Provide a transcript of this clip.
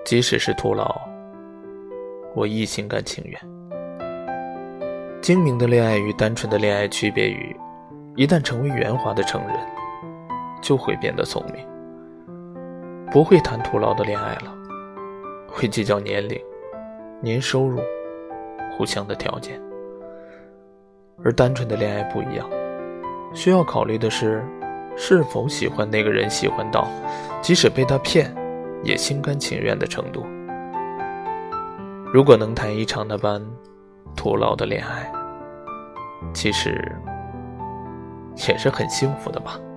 即使是徒劳，我亦心甘情愿。精明的恋爱与单纯的恋爱区别于，一旦成为圆滑的成人，就会变得聪明，不会谈徒劳的恋爱了，会计较年龄、年收入、互相的条件。而单纯的恋爱不一样，需要考虑的是是否喜欢那个人，喜欢到即使被他骗也心甘情愿的程度。如果能谈一场那般徒劳的恋爱，其实也是很幸福的吧。